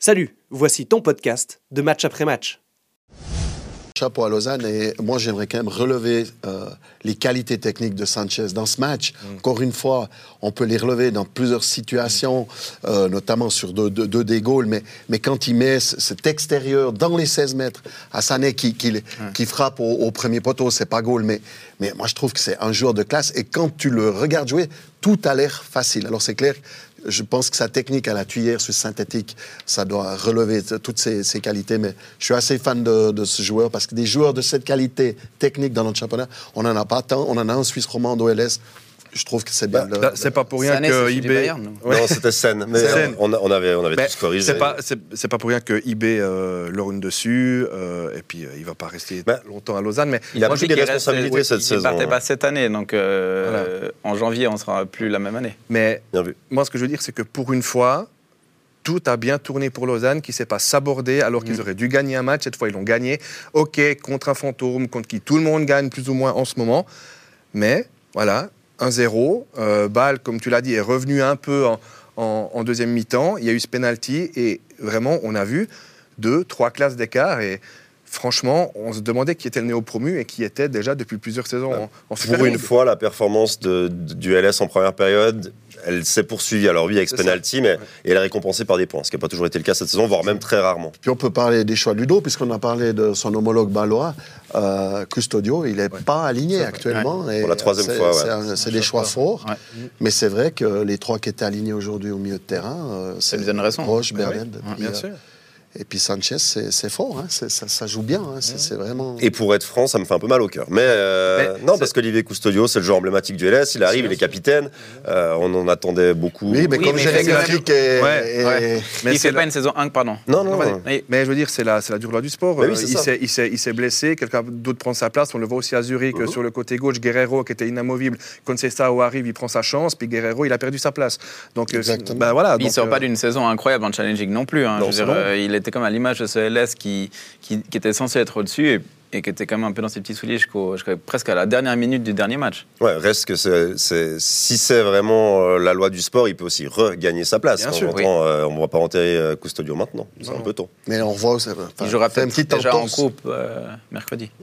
Salut, voici ton podcast de match après match. Chapeau à Lausanne, et moi j'aimerais quand même relever les qualités techniques de Sanchez dans ce match. Encore une fois, on peut les relever dans plusieurs situations, notamment sur deux des goals, mais quand il met cet extérieur dans les 16 mètres à Sané qui frappe au premier poteau, c'est pas goal, mais moi je trouve que c'est un joueur de classe, et quand tu le regardes jouer, tout a l'air facile. Alors c'est clair, je pense que sa technique à la tuyère sur synthétique, ça doit relever toutes ses qualités, mais je suis assez fan de ce joueur, parce que des joueurs de cette qualité technique dans notre championnat, on n'en a pas tant. On en a un Suisse romand d'OLS. Je trouve que c'est bien. C'est pas pour rien que IB. Non, c'était Seine. Mais on avait tous corrigé. C'est pas pour rien que IB leur une dessus. Et puis il va pas rester longtemps à Lausanne. Mais il a pris des responsabilités cette saison. Il partait pas cette année, donc en janvier on sera plus la même année. Mais moi, ce que je veux dire, c'est que pour une fois, tout a bien tourné pour Lausanne, qui ne s'est pas sabordé alors qu'ils auraient dû gagner un match. Cette fois, ils l'ont gagné. OK, contre un fantôme, contre qui tout le monde gagne plus ou moins en ce moment. Mais voilà. 1-0, Bâle, comme tu l'as dit, est revenu un peu en deuxième mi-temps. Il y a eu ce penalty et vraiment, on a vu 2-3 classes d'écart. Et franchement, on se demandait qui était le néo-promu et qui était déjà depuis plusieurs saisons en Super Pour League. une fois, la performance du LS en première période, elle s'est poursuivie. Alors oui, avec ce penalty, mais elle est récompensée par des points, ce qui n'a pas toujours été le cas cette saison, voire même très rarement. Puis on peut parler des choix de Ludo, puisqu'on a parlé de son homologue balois. Custodio, il n'est pas aligné actuellement. Et pour la troisième fois, c'est des choix forts. Ouais. Mais c'est vrai que les trois qui étaient alignés aujourd'hui au milieu de terrain, c'est Roche, Berned. Bien sûr. Et puis Sanchez, c'est fort, hein. Ça joue bien, hein. C'est vraiment... Et pour être franc, ça me fait un peu mal au cœur. Mais non, parce qu'Olivier Custodio, c'est le joueur emblématique du LS, il arrive, il est capitaine, on en attendait beaucoup. Oui, mais comme Jérémy Afrique il ne fait pas une saison 1, pardon. Non. Mais je veux dire, c'est la dure loi du sport. Oui, il s'est blessé, quelqu'un d'autre prend sa place, on le voit aussi à Zurich, sur le côté gauche, Guerrero, qui était inamovible, Conceição arrive, il prend sa chance, puis Guerrero, il a perdu sa place. Donc, voilà. Il ne sort pas d'une saison incroyable en Challenge League non plus. Il était comme à l'image de ce LS qui était censé être au-dessus et qui était quand même un peu dans ses petits souliers jusqu'à presque à la dernière minute du dernier match. Ouais, reste que si c'est vraiment la loi du sport, il peut aussi regagner sa place. Bien sûr. On ne va pas enterrer Custodio maintenant, c'est un peu tôt. Mais on voit... Il jouera peut-être déjà en coupe mercredi.